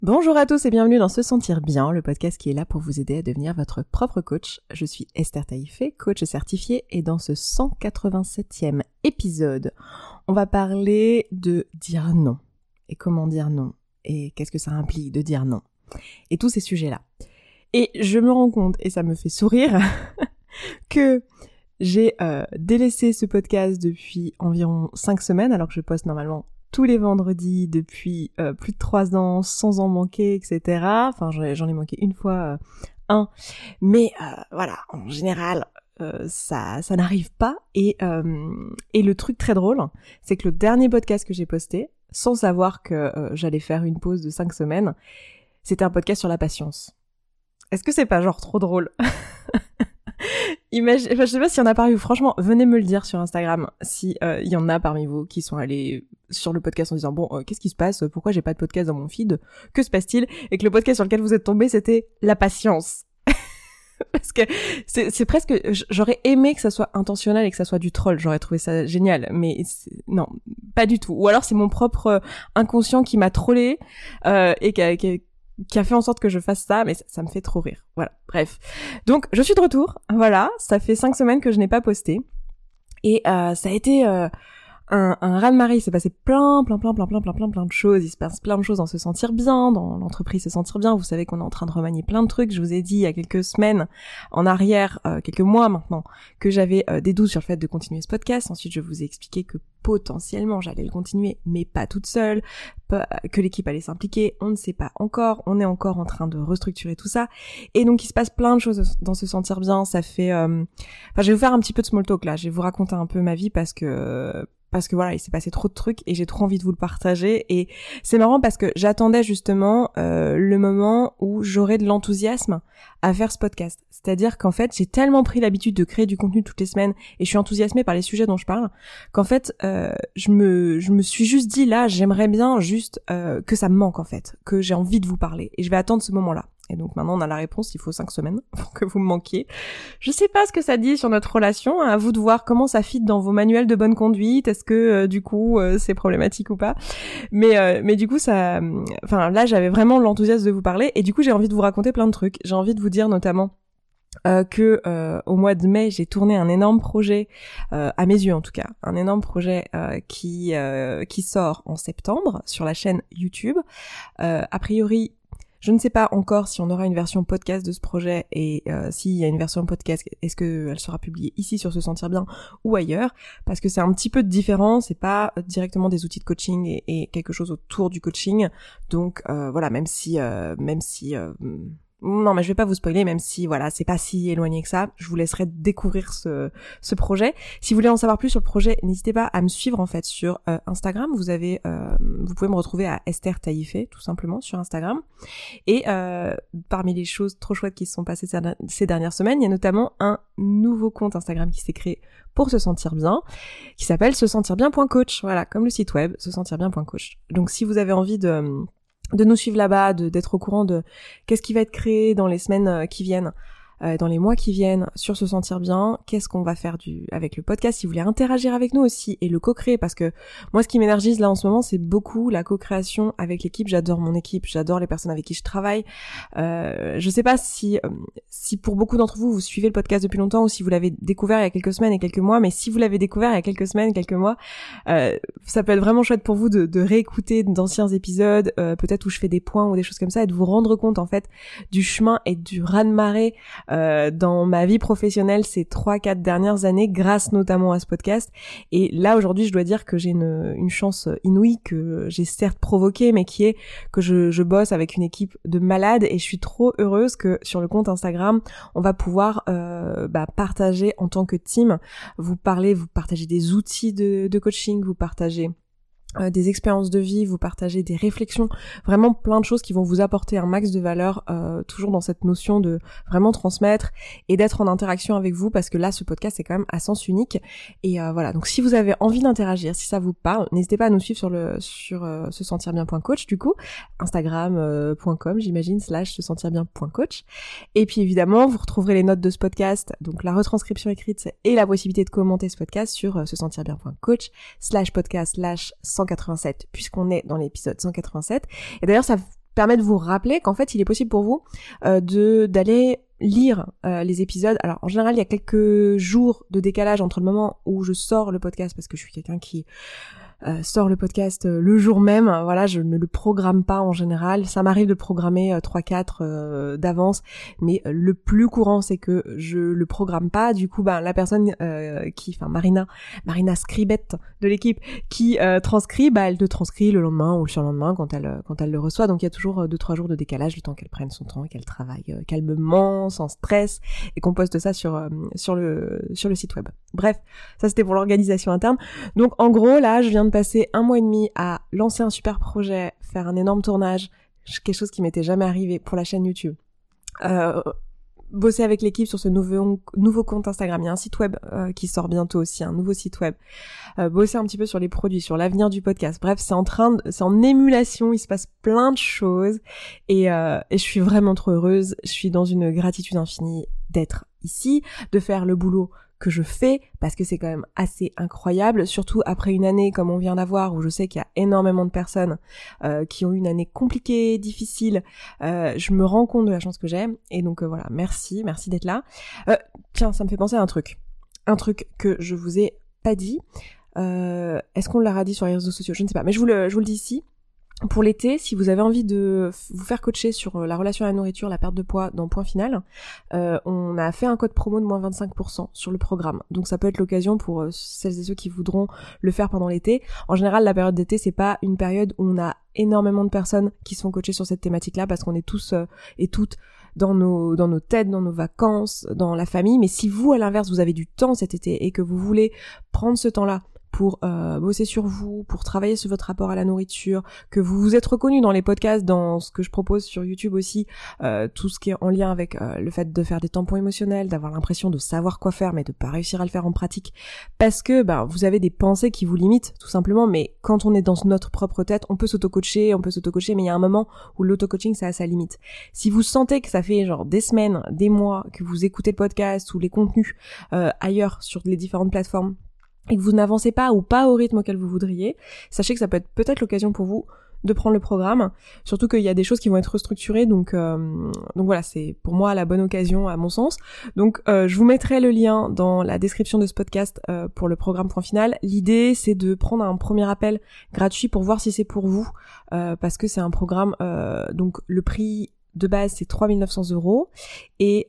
Bonjour à tous et bienvenue dans Se Sentir Bien, le podcast qui est là pour vous aider à devenir votre propre coach. Je suis Esther Taïfé, coach certifiée, et dans ce 187e épisode, on va parler de dire non. Et comment dire non. Et qu'est-ce que ça implique de dire non. Et tous ces sujets-là. Et je me rends compte, et ça me fait sourire, que j'ai délaissé ce podcast depuis environ 5 semaines, alors que je poste normalement tous les vendredis depuis plus de 3 ans, sans en manquer, etc. Enfin, j'en ai manqué une fois, un. Mais voilà, en général, ça n'arrive pas. Et le truc très drôle, c'est que le dernier podcast que j'ai posté, sans savoir que j'allais faire une pause de 5 semaines, c'était un podcast sur la patience. Est-ce que c'est pas genre trop drôle ? Je sais pas s'il y en a parmi vous, franchement, venez me le dire sur Instagram si il y en a parmi vous qui sont allés sur le podcast en disant bon, qu'est-ce qui se passe, pourquoi j'ai pas de podcast dans mon feed, que se passe-t-il, et que le podcast sur lequel vous êtes tombé c'était la patience. Parce que c'est presque, j'aurais aimé que ça soit intentionnel et que ça soit du troll, j'aurais trouvé ça génial, mais non, pas du tout. Ou alors c'est mon propre inconscient qui m'a trollé et qui a fait en sorte que je fasse ça, mais ça me fait trop rire. Voilà, bref. Donc, je suis de retour, voilà, ça fait 5 semaines que je n'ai pas posté, et ça a été un raz-de-marée, il s'est passé plein de choses, il se passe plein de choses dans Se Sentir Bien, dans l'entreprise Se Sentir Bien, vous savez qu'on est en train de remanier plein de trucs, je vous ai dit il y a quelques semaines en arrière, quelques mois maintenant, que j'avais des doutes sur le fait de continuer ce podcast, ensuite je vous ai expliqué que potentiellement j'allais le continuer, mais pas toute seule, que l'équipe allait s'impliquer, on ne sait pas encore, on est encore en train de restructurer tout ça, et donc il se passe plein de choses dans Se Sentir Bien, ça fait... Enfin, je vais vous faire un petit peu de small talk là, je vais vous raconter un peu ma vie parce que voilà, il s'est passé trop de trucs et j'ai trop envie de vous le partager, et c'est marrant parce que j'attendais justement le moment où j'aurais de l'enthousiasme à faire ce podcast. C'est-à-dire qu'en fait, j'ai tellement pris l'habitude de créer du contenu toutes les semaines et je suis enthousiasmée par les sujets dont je parle qu'en fait, je me suis juste dit là, j'aimerais bien juste que ça me manque en fait, que j'ai envie de vous parler, et je vais attendre ce moment-là. Et donc maintenant on a la réponse, il faut 5 semaines pour que vous me manquiez. Je sais pas ce que ça dit sur notre relation, à vous de voir comment ça fit dans vos manuels de bonne conduite, est-ce que du coup c'est problématique ou pas. Mais du coup ça, enfin là j'avais vraiment l'enthousiasme de vous parler, et du coup j'ai envie de vous raconter plein de trucs. J'ai envie de vous dire notamment que au mois de mai j'ai tourné un énorme projet, à mes yeux en tout cas, un énorme projet qui sort en septembre sur la chaîne YouTube. A priori, je ne sais pas encore si on aura une version podcast de ce projet, et s'il y a une version podcast, est-ce qu'elle sera publiée ici sur Se Sentir Bien ou ailleurs, parce que c'est un petit peu différent, c'est pas directement des outils de coaching et quelque chose autour du coaching, donc voilà, même si non, mais je vais pas vous spoiler, même si voilà, c'est pas si éloigné que ça. Je vous laisserai découvrir ce projet. Si vous voulez en savoir plus sur le projet, n'hésitez pas à me suivre en fait sur Instagram. Vous pouvez me retrouver à Esther Taïfé, tout simplement, sur Instagram. Et parmi les choses trop chouettes qui se sont passées ces dernières semaines, il y a notamment un nouveau compte Instagram qui s'est créé pour se sentir bien, qui s'appelle sesentirbien.coach. Voilà, comme le site web, sesentirbien.coach. Donc si vous avez envie de nous suivre là-bas, d'être au courant de qu'est-ce qui va être créé dans les semaines qui viennent, dans les mois qui viennent sur Se Sentir Bien, qu'est-ce qu'on va faire avec le podcast, si vous voulez interagir avec nous aussi et le co-créer, parce que moi ce qui m'énergise là en ce moment c'est beaucoup la co-création avec l'équipe. J'adore mon équipe, j'adore les personnes avec qui je travaille. Je sais pas si pour beaucoup d'entre vous suivez le podcast depuis longtemps ou si vous l'avez découvert il y a quelques semaines et quelques mois, mais si vous l'avez découvert il y a quelques semaines, quelques mois, ça peut être vraiment chouette pour vous de réécouter d'anciens épisodes, peut-être où je fais des points ou des choses comme ça, et de vous rendre compte en fait du chemin et du raz-de-marée dans ma vie professionnelle ces 3-4 dernières années, grâce notamment à ce podcast. Et là aujourd'hui je dois dire que j'ai une chance inouïe que j'ai certes provoquée, mais qui est que je bosse avec une équipe de malades, et je suis trop heureuse que sur le compte Instagram on va pouvoir partager en tant que team, vous partagez des outils de coaching, vous partagez des expériences de vie, vous partagez des réflexions, vraiment plein de choses qui vont vous apporter un max de valeur, toujours dans cette notion de vraiment transmettre et d'être en interaction avec vous, parce que là ce podcast est quand même à sens unique. Et voilà, donc si vous avez envie d'interagir, si ça vous parle, n'hésitez pas à nous suivre sur sesentirbien.coach, du coup instagram.com j'imagine /sesentirbien.coach. Et puis évidemment vous retrouverez les notes de ce podcast, donc la retranscription écrite et la possibilité de commenter ce podcast sur sesentirbien.coach /podcast/187, puisqu'on est dans l'épisode 187. Et d'ailleurs, ça permet de vous rappeler qu'en fait, il est possible pour vous d'aller lire les épisodes. Alors, en général, il y a quelques jours de décalage entre le moment où je sors le podcast, parce que je suis quelqu'un qui sort le podcast le jour même. Voilà, je ne le programme pas en général. Ça m'arrive de le programmer 3-4 d'avance, mais le plus courant, c'est que je le programme pas. Du coup, la personne Marina Scribette de l'équipe qui transcrit, elle le transcrit le lendemain ou le surlendemain quand elle le reçoit. Donc il y a toujours 2-3 jours de décalage, le temps qu'elle prenne son temps et qu'elle travaille calmement, sans stress, et qu'on poste ça sur le site web. Bref, ça c'était pour l'organisation interne. Donc en gros, là, je viens de passer 1 mois et demi à lancer un super projet, faire un énorme tournage, quelque chose qui m'était jamais arrivé pour la chaîne YouTube. Bosser avec l'équipe sur ce nouveau compte Instagram. Il y a un site web qui sort bientôt aussi, un nouveau site web. Bosser un petit peu sur les produits, sur l'avenir du podcast. Bref, c'est en émulation, il se passe plein de choses et je suis vraiment trop heureuse. Je suis dans une gratitude infinie d'être ici, de faire le boulot que je fais, parce que c'est quand même assez incroyable, surtout après une année comme on vient d'avoir, où je sais qu'il y a énormément de personnes qui ont eu une année compliquée, difficile. Je me rends compte de la chance que j'ai, et donc voilà, merci d'être là. Tiens, ça me fait penser à un truc que je vous ai pas dit. Est-ce qu'on l'a dit sur les réseaux sociaux? Je ne sais pas, mais je vous le dis ici. Pour l'été, si vous avez envie de vous faire coacher sur la relation à la nourriture, la perte de poids dans Point Final, on a fait un code promo de moins 25% sur le programme. Donc ça peut être l'occasion pour celles et ceux qui voudront le faire pendant l'été. En général, la période d'été, c'est pas une période où on a énormément de personnes qui sont coachées sur cette thématique-là, parce qu'on est tous et toutes dans nos têtes, dans nos vacances, dans la famille. Mais si vous, à l'inverse, vous avez du temps cet été et que vous voulez prendre ce temps-là pour bosser sur vous, pour travailler sur votre rapport à la nourriture, que vous vous êtes reconnu dans les podcasts, dans ce que je propose sur YouTube aussi, tout ce qui est en lien avec le fait de faire des tampons émotionnels, d'avoir l'impression de savoir quoi faire mais de pas réussir à le faire en pratique, parce que vous avez des pensées qui vous limitent tout simplement. Mais quand on est dans notre propre tête, on peut s'auto-coacher, mais il y a un moment où l'auto-coaching, ça a sa limite. Si vous sentez que ça fait genre des semaines, des mois que vous écoutez le podcast ou les contenus ailleurs sur les différentes plateformes, et que vous n'avancez pas ou pas au rythme auquel vous voudriez, sachez que ça peut être peut-être l'occasion pour vous de prendre le programme, surtout qu'il y a des choses qui vont être restructurées, donc voilà, c'est pour moi la bonne occasion à mon sens. Donc je vous mettrai le lien dans la description de ce podcast pour le programme Point Final. L'idée, c'est de prendre un premier appel gratuit pour voir si c'est pour vous, parce que c'est un programme, donc le prix de base c'est 3 900 € et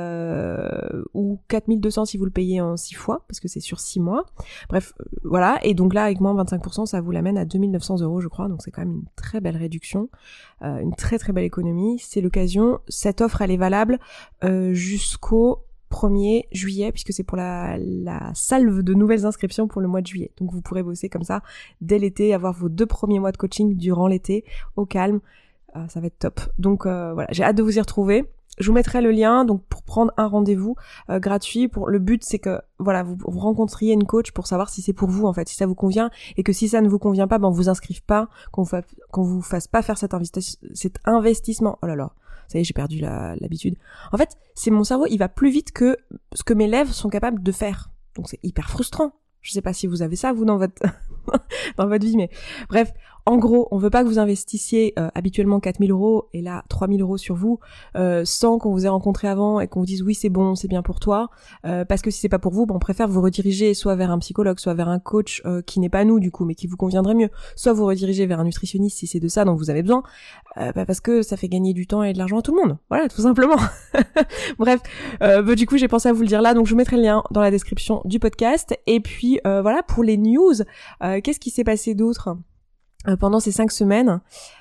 ou 4 200 si vous le payez en 6 fois, parce que c'est sur 6 mois. Bref, voilà, et donc là avec moins 25%, ça vous l'amène à 2 900 € je crois, donc c'est quand même une très belle réduction, une très très belle économie. C'est l'occasion, cette offre elle est valable jusqu'au 1er juillet, puisque c'est pour la salve de nouvelles inscriptions pour le mois de juillet. Donc vous pourrez bosser comme ça dès l'été, avoir vos 2 premiers mois de coaching durant l'été, au calme. Ça va être top. Donc voilà, j'ai hâte de vous y retrouver. Je vous mettrai le lien donc pour prendre un rendez-vous gratuit. Le but c'est que voilà, vous rencontriez une coach pour savoir si c'est pour vous en fait, si ça vous convient, et que si ça ne vous convient pas, on vous inscrive pas, qu'on vous fasse pas faire cet investissement. Oh là là, ça y est, j'ai perdu l'habitude. En fait, c'est mon cerveau, il va plus vite que ce que mes lèvres sont capables de faire. Donc c'est hyper frustrant. Je sais pas si vous avez ça vous dans votre dans votre vie, mais bref. En gros, on veut pas que vous investissiez habituellement 4 000 € et là 3 000 € sur vous sans qu'on vous ait rencontré avant et qu'on vous dise oui c'est bon, c'est bien pour toi, parce que si c'est pas pour vous, on préfère vous rediriger soit vers un psychologue, soit vers un coach qui n'est pas nous du coup mais qui vous conviendrait mieux, soit vous rediriger vers un nutritionniste si c'est de ça dont vous avez besoin, parce que ça fait gagner du temps et de l'argent à tout le monde, voilà tout simplement. Bref, du coup j'ai pensé à vous le dire là, donc je vous mettrai le lien dans la description du podcast. Et puis voilà, pour les news, qu'est-ce qui s'est passé d'autre pendant ces 5 semaines?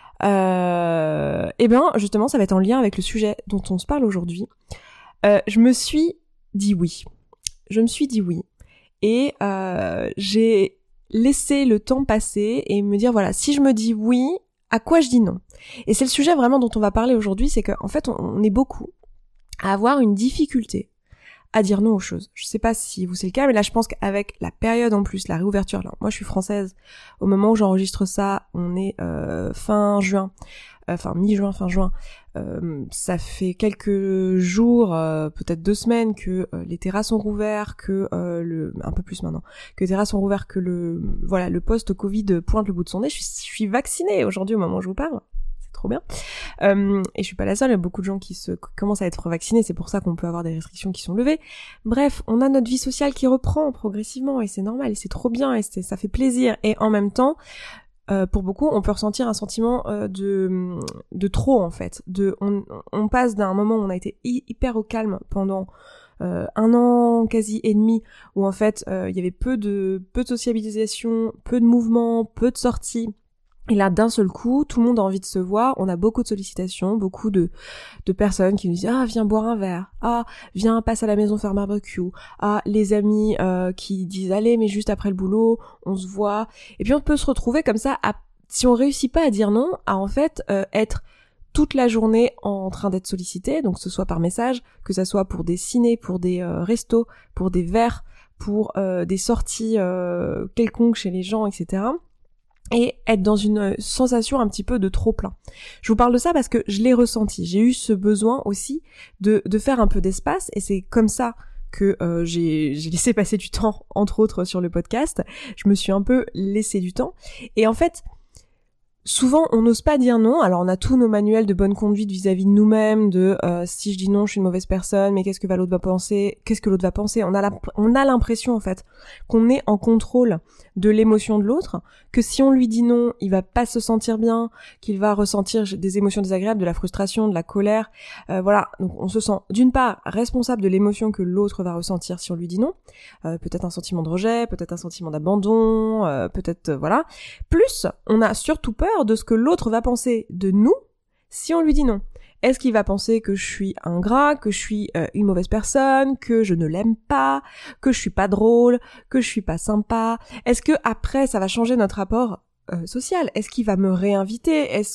Justement, ça va être en lien avec le sujet dont on se parle aujourd'hui. Je me suis dit oui. Et j'ai laissé le temps passer et me dire, voilà, si je me dis oui, à quoi je dis non? Et c'est le sujet vraiment dont on va parler aujourd'hui, c'est qu'en fait, on est beaucoup à avoir une difficulté à dire non aux choses. Je sais pas si vous c'est le cas, mais là je pense qu'avec la période en plus, la réouverture, là, moi je suis française, au moment où j'enregistre ça, on est mi-juin, fin juin, ça fait quelques jours, peut-être 2 semaines que les terrasses ont rouvert, que un peu plus maintenant, que les terrasses ont rouvert, que le post-Covid pointe le bout de son nez. Je suis vaccinée aujourd'hui au moment où je vous parle. trop bien. Et je suis pas la seule, il y a beaucoup de gens qui commencent à être vaccinés, c'est pour ça qu'on peut avoir des restrictions qui sont levées. Bref, on a notre vie sociale qui reprend progressivement et c'est normal et c'est trop bien et ça fait plaisir. Et en même temps, pour beaucoup, on peut ressentir un sentiment de trop en fait. On passe d'un moment où on a été hyper au calme pendant 1 an quasi et demi, où en fait il y avait peu de sociabilisation, peu de mouvements, peu de sorties. Et là, d'un seul coup, tout le monde a envie de se voir, on a beaucoup de sollicitations, beaucoup de personnes qui nous disent « Ah, viens boire un verre »,« Ah, viens, passe à la maison faire barbecue »,« Ah, les amis qui disent « Allez, mais juste après le boulot, on se voit ». Et puis on peut se retrouver comme ça, si on réussit pas à dire non, à en fait être toute la journée en train d'être sollicité, donc que ce soit par message, que ça soit pour des ciné, pour des restos, pour des verres, pour des sorties quelconques chez les gens, etc., et être dans une sensation un petit peu de trop-plein. Je vous parle de ça parce que je l'ai ressenti. J'ai eu ce besoin aussi de faire un peu d'espace, et c'est comme ça que j'ai laissé passer du temps, entre autres sur le podcast. Je me suis un peu laissé du temps. Et en fait, souvent, on n'ose pas dire non. Alors, on a tous nos manuels de bonne conduite vis-à-vis de nous-mêmes, de si je dis non, je suis une mauvaise personne, mais qu'est-ce que l'autre va penser ? Qu'est-ce que l'autre va penser ? On a l'impression, en fait, qu'on est en contrôle de l'émotion de l'autre, que si on lui dit non, il va pas se sentir bien, qu'il va ressentir des émotions désagréables, de la frustration, de la colère. Voilà, donc on se sent d'une part responsable de l'émotion que l'autre va ressentir si on lui dit non. Peut-être un sentiment de rejet, peut-être un sentiment d'abandon, peut-être voilà. Plus, on a surtout peur de ce que l'autre va penser de nous si on lui dit non. Est-ce qu'il va penser que je suis ingrat, que je suis une mauvaise personne, que je ne l'aime pas, que je suis pas drôle, que je suis pas sympa? Est-ce que après ça va changer notre rapport social? Est-ce qu'il va me réinviter? Est-ce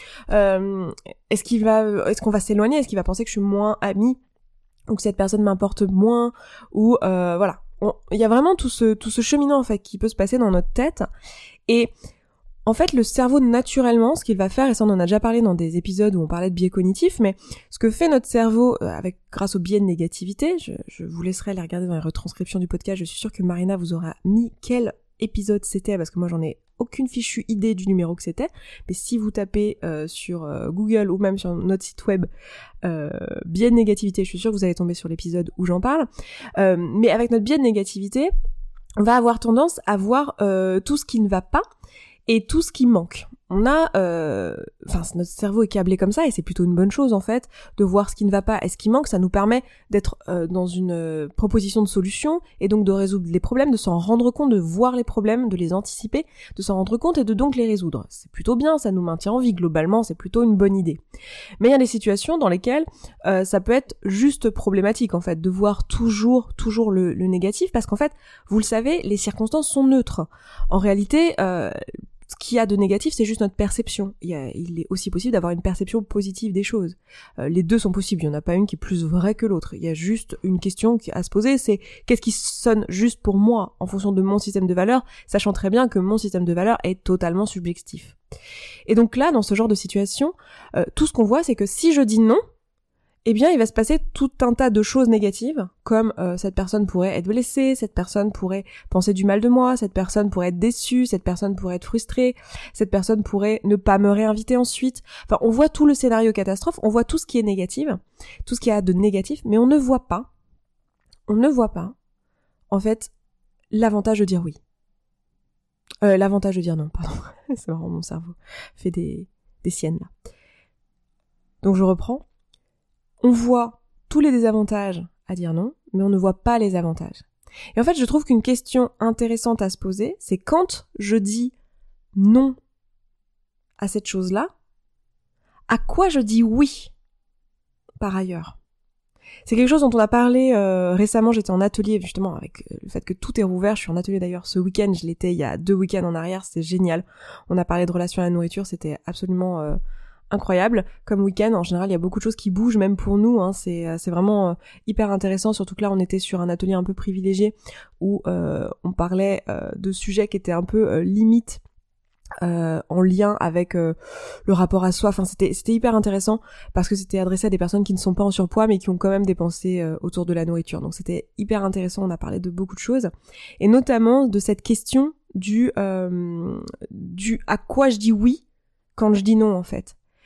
qu'on va s'éloigner? Est-ce qu'il va penser que je suis moins amie, ou que cette personne m'importe moins, ou voilà. Il y a vraiment tout ce cheminement en fait qui peut se passer dans notre tête. Et en fait, le cerveau, naturellement, ce qu'il va faire, et ça on en a déjà parlé dans des épisodes où on parlait de biais cognitifs, mais ce que fait notre cerveau grâce au biais de négativité, je vous laisserai aller regarder dans les retranscriptions du podcast, je suis sûre que Marina vous aura mis quel épisode c'était, parce que moi j'en ai aucune fichue idée du numéro que c'était, mais si vous tapez sur Google ou même sur notre site web biais de négativité, je suis sûre que vous allez tomber sur l'épisode où j'en parle, mais avec notre biais de négativité, on va avoir tendance à voir tout ce qui ne va pas, et tout ce qui manque. On a, notre cerveau est câblé comme ça, et c'est plutôt une bonne chose en fait, de voir ce qui ne va pas et ce qui manque. Ça nous permet d'être dans une proposition de solution, et donc de résoudre les problèmes, de s'en rendre compte, de voir les problèmes, de les anticiper, de s'en rendre compte et de donc les résoudre. C'est plutôt bien, ça nous maintient en vie globalement, c'est plutôt une bonne idée. Mais il y a des situations dans lesquelles ça peut être juste problématique en fait, de voir toujours le négatif, parce qu'en fait, vous le savez, les circonstances sont neutres. En réalité, ce qu'il y a de négatif, c'est juste notre perception. Il est aussi possible d'avoir une perception positive des choses. Les deux sont possibles, il n'y en a pas une qui est plus vraie que l'autre. Il y a juste une question à se poser, c'est qu'est-ce qui sonne juste pour moi en fonction de mon système de valeurs, sachant très bien que mon système de valeurs est totalement subjectif. Et donc là, dans ce genre de situation, tout ce qu'on voit, c'est que si je dis non, eh bien, il va se passer tout un tas de choses négatives, comme cette personne pourrait être blessée, cette personne pourrait penser du mal de moi, cette personne pourrait être déçue, cette personne pourrait être frustrée, cette personne pourrait ne pas me réinviter ensuite. Enfin, on voit tout le scénario catastrophe, on voit tout ce qui est négatif, tout ce qu'il y a de négatif, mais on ne voit pas, en fait, l'avantage de dire oui. L'avantage de dire non, pardon. C'est marrant, mon cerveau fait des siennes, là. Donc je reprends. On voit tous les désavantages à dire non, mais on ne voit pas les avantages. Et en fait, je trouve qu'une question intéressante à se poser, c'est quand je dis non à cette chose-là, à quoi je dis oui par ailleurs. C'est quelque chose dont on a parlé récemment, j'étais en atelier justement avec le fait que tout est rouvert, je suis en atelier d'ailleurs ce week-end, je l'étais il y a 2 week-ends en arrière, c'était génial. On a parlé de relations à la nourriture, c'était absolument incroyable comme week-end. En général, il y a beaucoup de choses qui bougent, même pour nous, hein. C'est vraiment hyper intéressant, surtout que là, on était sur un atelier un peu privilégié où on parlait de sujets qui étaient un peu limites en lien avec le rapport à soi. Enfin, c'était hyper intéressant parce que c'était adressé à des personnes qui ne sont pas en surpoids mais qui ont quand même des pensées autour de la nourriture. Donc c'était hyper intéressant, on a parlé de beaucoup de choses et notamment de cette question du à quoi je dis oui quand je dis non en fait.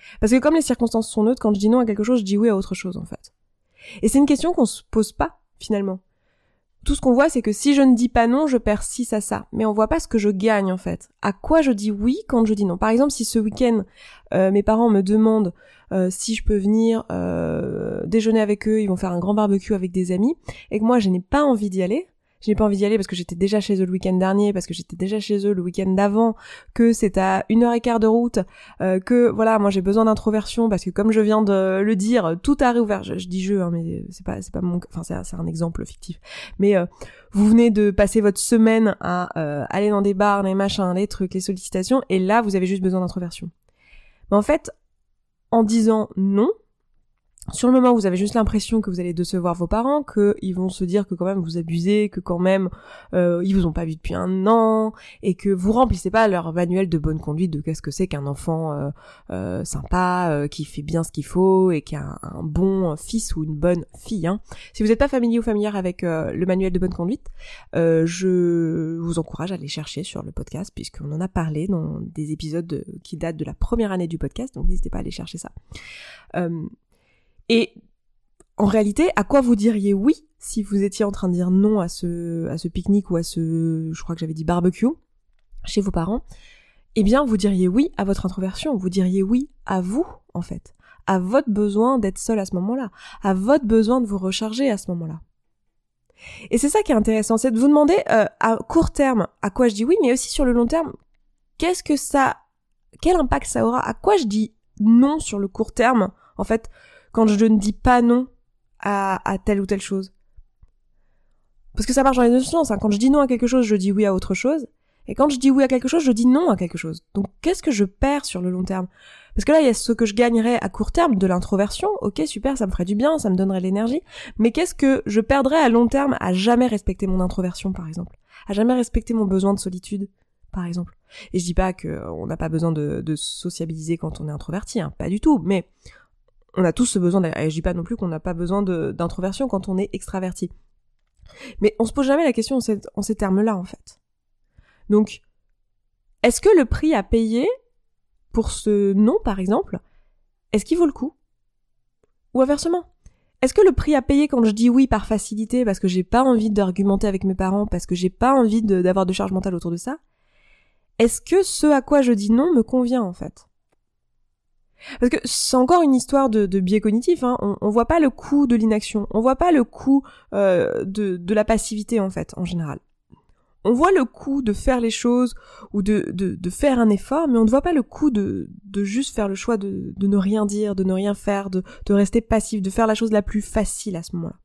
Parce que comme les circonstances sont neutres, quand je dis non à quelque chose, je dis oui à autre chose, en fait. Et c'est une question qu'on se pose pas, finalement. Tout ce qu'on voit, c'est que si je ne dis pas non, je perds ci, ça. Mais on voit pas ce que je gagne, en fait. À quoi je dis oui quand je dis non. Par exemple, si ce week-end, mes parents me demandent si je peux venir déjeuner avec eux, ils vont faire un grand barbecue avec des amis, et que moi, je n'ai pas envie d'y aller. Je n'ai pas envie d'y aller parce que j'étais déjà chez eux le week-end dernier, parce que j'étais déjà chez eux le week-end d'avant, que c'est à 1h15 de route, que voilà, moi j'ai besoin d'introversion parce que comme je viens de le dire, tout a réouvert. Je dis je, hein, mais c'est pas mon, enfin c'est un exemple fictif. Mais vous venez de passer votre semaine à aller dans des bars, les machins, les trucs, les sollicitations, et là vous avez juste besoin d'introversion. Mais en fait, en disant non, sur le moment, vous avez juste l'impression que vous allez décevoir vos parents, qu'ils vont se dire que quand même vous abusez, que quand même ils vous ont pas vu depuis un an, et que vous remplissez pas leur manuel de bonne conduite de qu'est-ce que c'est qu'un enfant sympa, qui fait bien ce qu'il faut et qui a un bon fils ou une bonne fille. Hein. Si vous n'êtes pas familier ou familière avec le manuel de bonne conduite, je vous encourage à aller chercher sur le podcast puisqu'on en a parlé dans des épisodes qui datent de la première année du podcast, donc n'hésitez pas à aller chercher ça. Et en réalité, à quoi vous diriez oui si vous étiez en train de dire non à ce pique-nique ou à je crois que j'avais dit barbecue chez vos parents? Eh bien, vous diriez oui à votre introversion, vous diriez oui à vous, en fait, à votre besoin d'être seul à ce moment-là, à votre besoin de vous recharger à ce moment-là. Et c'est ça qui est intéressant, c'est de vous demander à court terme à quoi je dis oui, mais aussi sur le long terme, quel impact ça aura, à quoi je dis non sur le court terme, en fait, quand je ne dis pas non à telle ou telle chose. Parce que ça marche dans les deux sens, hein. Quand je dis non à quelque chose, je dis oui à autre chose. Et quand je dis oui à quelque chose, je dis non à quelque chose. Donc qu'est-ce que je perds sur le long terme? Parce que là, il y a ce que je gagnerais à court terme, de l'introversion. Ok, super, ça me ferait du bien, ça me donnerait de l'énergie. Mais qu'est-ce que je perdrais à long terme à jamais respecter mon introversion, par exemple? À jamais respecter mon besoin de solitude, par exemple. Et je dis pas qu'on n'a pas besoin de sociabiliser quand on est introverti, hein, pas du tout. Mais on a tous ce besoin, et je dis pas non plus qu'on n'a pas besoin d'introversion quand on est extraverti. Mais on se pose jamais la question en ces termes-là, en fait. Donc, est-ce que le prix à payer pour ce non, par exemple, est-ce qu'il vaut le coup? Ou inversement, est-ce que le prix à payer quand je dis oui par facilité, parce que j'ai pas envie d'argumenter avec mes parents, parce que j'ai pas envie d'avoir de charge mentale autour de ça, est-ce que ce à quoi je dis non me convient, en fait? Parce que c'est encore une histoire de biais cognitif, hein. On voit pas le coût de l'inaction, on voit pas le coût de la passivité, en fait, en général. On voit le coût de faire les choses ou de faire un effort, mais on ne voit pas le coût de juste faire le choix de ne rien dire, de ne rien faire, de rester passif, de faire la chose la plus facile à ce moment-là.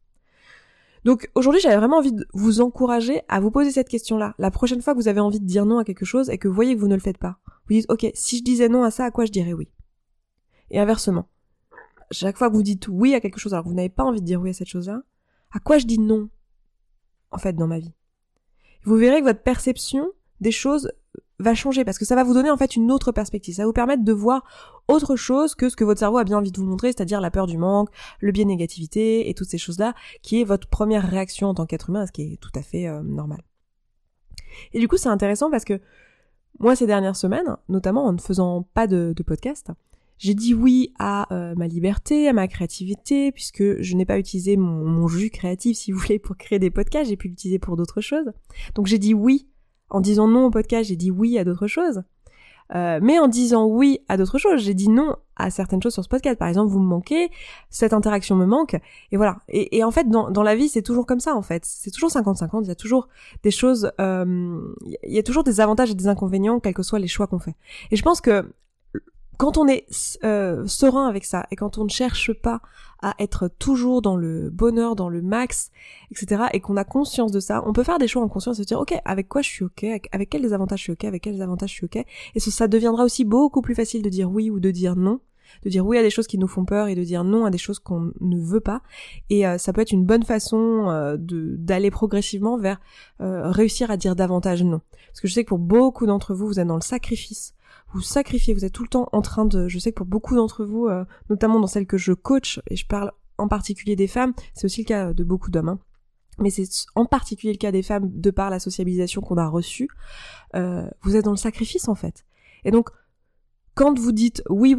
Donc aujourd'hui, j'avais vraiment envie de vous encourager à vous poser cette question-là. La prochaine fois que vous avez envie de dire non à quelque chose et que vous voyez que vous ne le faites pas, vous dites « Ok, si je disais non à ça, à quoi je dirais oui ?» Et inversement, chaque fois que vous dites oui à quelque chose alors que vous n'avez pas envie de dire oui à cette chose-là, à quoi je dis non, en fait, dans ma vie? Vous verrez que votre perception des choses va changer parce que ça va vous donner en fait une autre perspective. Ça va vous permettre de voir autre chose que ce que votre cerveau a bien envie de vous montrer, c'est-à-dire la peur du manque, le biais négativité et toutes ces choses-là, qui est votre première réaction en tant qu'être humain, ce qui est tout à fait normal. Et du coup, c'est intéressant parce que moi, ces dernières semaines, notamment en ne faisant pas de podcast, j'ai dit oui à ma liberté, à ma créativité, puisque je n'ai pas utilisé mon jus créatif, si vous voulez, pour créer des podcasts, j'ai pu l'utiliser pour d'autres choses. Donc j'ai dit oui. En disant non au podcast, j'ai dit oui à d'autres choses. Mais en disant oui à d'autres choses, j'ai dit non à certaines choses sur ce podcast. Par exemple, vous me manquez, cette interaction me manque, et voilà. Et en fait, dans la vie, c'est toujours comme ça, en fait. C'est toujours 50-50, il y a toujours des choses, il y a toujours des avantages et des inconvénients, quels que soient les choix qu'on fait. Et je pense que quand on est serein avec ça et quand on ne cherche pas à être toujours dans le bonheur, dans le max, etc. et qu'on a conscience de ça, on peut faire des choix en conscience et se dire ok, avec quoi je suis ok, avec quels avantages je suis ok, avec quels avantages je suis ok, et ça deviendra aussi beaucoup plus facile de dire oui ou de dire non, de dire oui à des choses qui nous font peur et de dire non à des choses qu'on ne veut pas, et ça peut être une bonne façon d'aller progressivement vers réussir à dire davantage non. Parce que je sais que pour beaucoup d'entre vous, vous êtes dans le sacrifice. Vous sacrifiez, vous êtes tout le temps en train de... Je sais que pour beaucoup d'entre vous, notamment dans celles que je coach, et je parle en particulier des femmes, c'est aussi le cas de beaucoup d'hommes, hein, mais c'est en particulier le cas des femmes de par la sociabilisation qu'on a reçue, vous êtes dans le sacrifice en fait. Et donc, quand vous dites oui,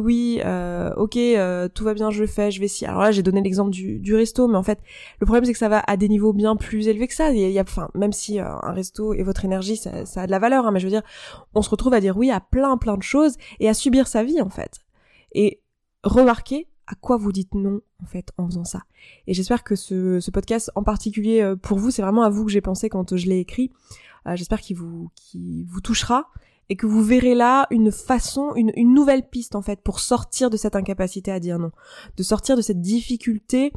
ok, tout va bien, je vais si. Alors là, j'ai donné l'exemple du resto, mais en fait, le problème c'est que ça va à des niveaux bien plus élevés que ça. Enfin, même si un resto et votre énergie, ça a de la valeur, hein, mais je veux dire, on se retrouve à dire oui à plein de choses et à subir sa vie en fait. Et remarquez à quoi vous dites non en fait en faisant ça. Et j'espère que ce podcast en particulier pour vous, c'est vraiment à vous que j'ai pensé quand je l'ai écrit. J'espère qu'il vous touchera et que vous verrez là une nouvelle piste en fait pour sortir de cette incapacité à dire non, de sortir de cette difficulté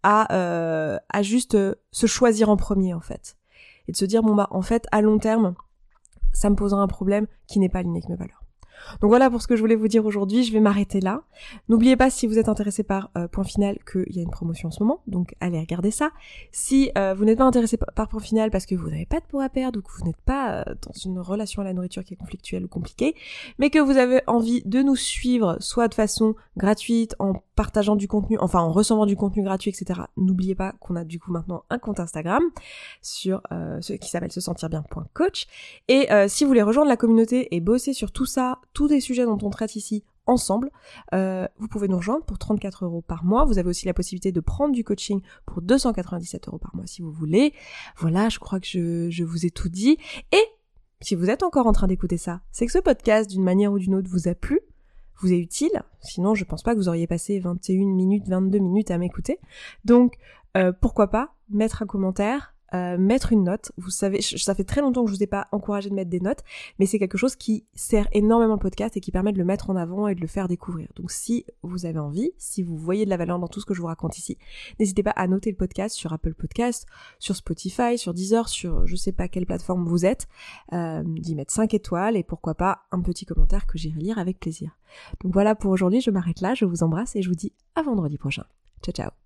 à juste se choisir en premier en fait, et de se dire bon bah en fait à long terme ça me posera un problème qui n'est pas aligné avec mes valeurs. Donc voilà pour ce que je voulais vous dire aujourd'hui, je vais m'arrêter là. N'oubliez pas, si vous êtes intéressé par Point Final, qu'il y a une promotion en ce moment, donc allez regarder ça. Si vous n'êtes pas intéressé par Point Final parce que vous n'avez pas de poids à perdre ou que vous n'êtes pas dans une relation à la nourriture qui est conflictuelle ou compliquée, mais que vous avez envie de nous suivre, soit de façon gratuite, en partageant du contenu, enfin en recevant du contenu gratuit, etc. N'oubliez pas qu'on a du coup maintenant un compte Instagram sur qui s'appelle sesentirbien.coach. Et si vous voulez rejoindre la communauté et bosser sur tout ça, tous les sujets dont on traite ici ensemble, vous pouvez nous rejoindre pour 34 € par mois. Vous avez aussi la possibilité de prendre du coaching pour 297 € par mois si vous voulez. Voilà, je crois que je vous ai tout dit. Et si vous êtes encore en train d'écouter ça, c'est que ce podcast, d'une manière ou d'une autre, vous a plu, vous est utile. Sinon, je pense pas que vous auriez passé 21 minutes, 22 minutes à m'écouter. Donc, pourquoi pas mettre un commentaire, mettre une note. Vous savez, ça fait très longtemps que je vous ai pas encouragé de mettre des notes, mais c'est quelque chose qui sert énormément le podcast et qui permet de le mettre en avant et de le faire découvrir. Donc si vous avez envie, si vous voyez de la valeur dans tout ce que je vous raconte ici, n'hésitez pas à noter le podcast sur Apple Podcasts, sur Spotify, sur Deezer, sur je sais pas quelle plateforme vous êtes, d'y mettre 5 étoiles et pourquoi pas un petit commentaire que j'irai lire avec plaisir. Donc voilà pour aujourd'hui, je m'arrête là, je vous embrasse et je vous dis à vendredi prochain. Ciao ciao.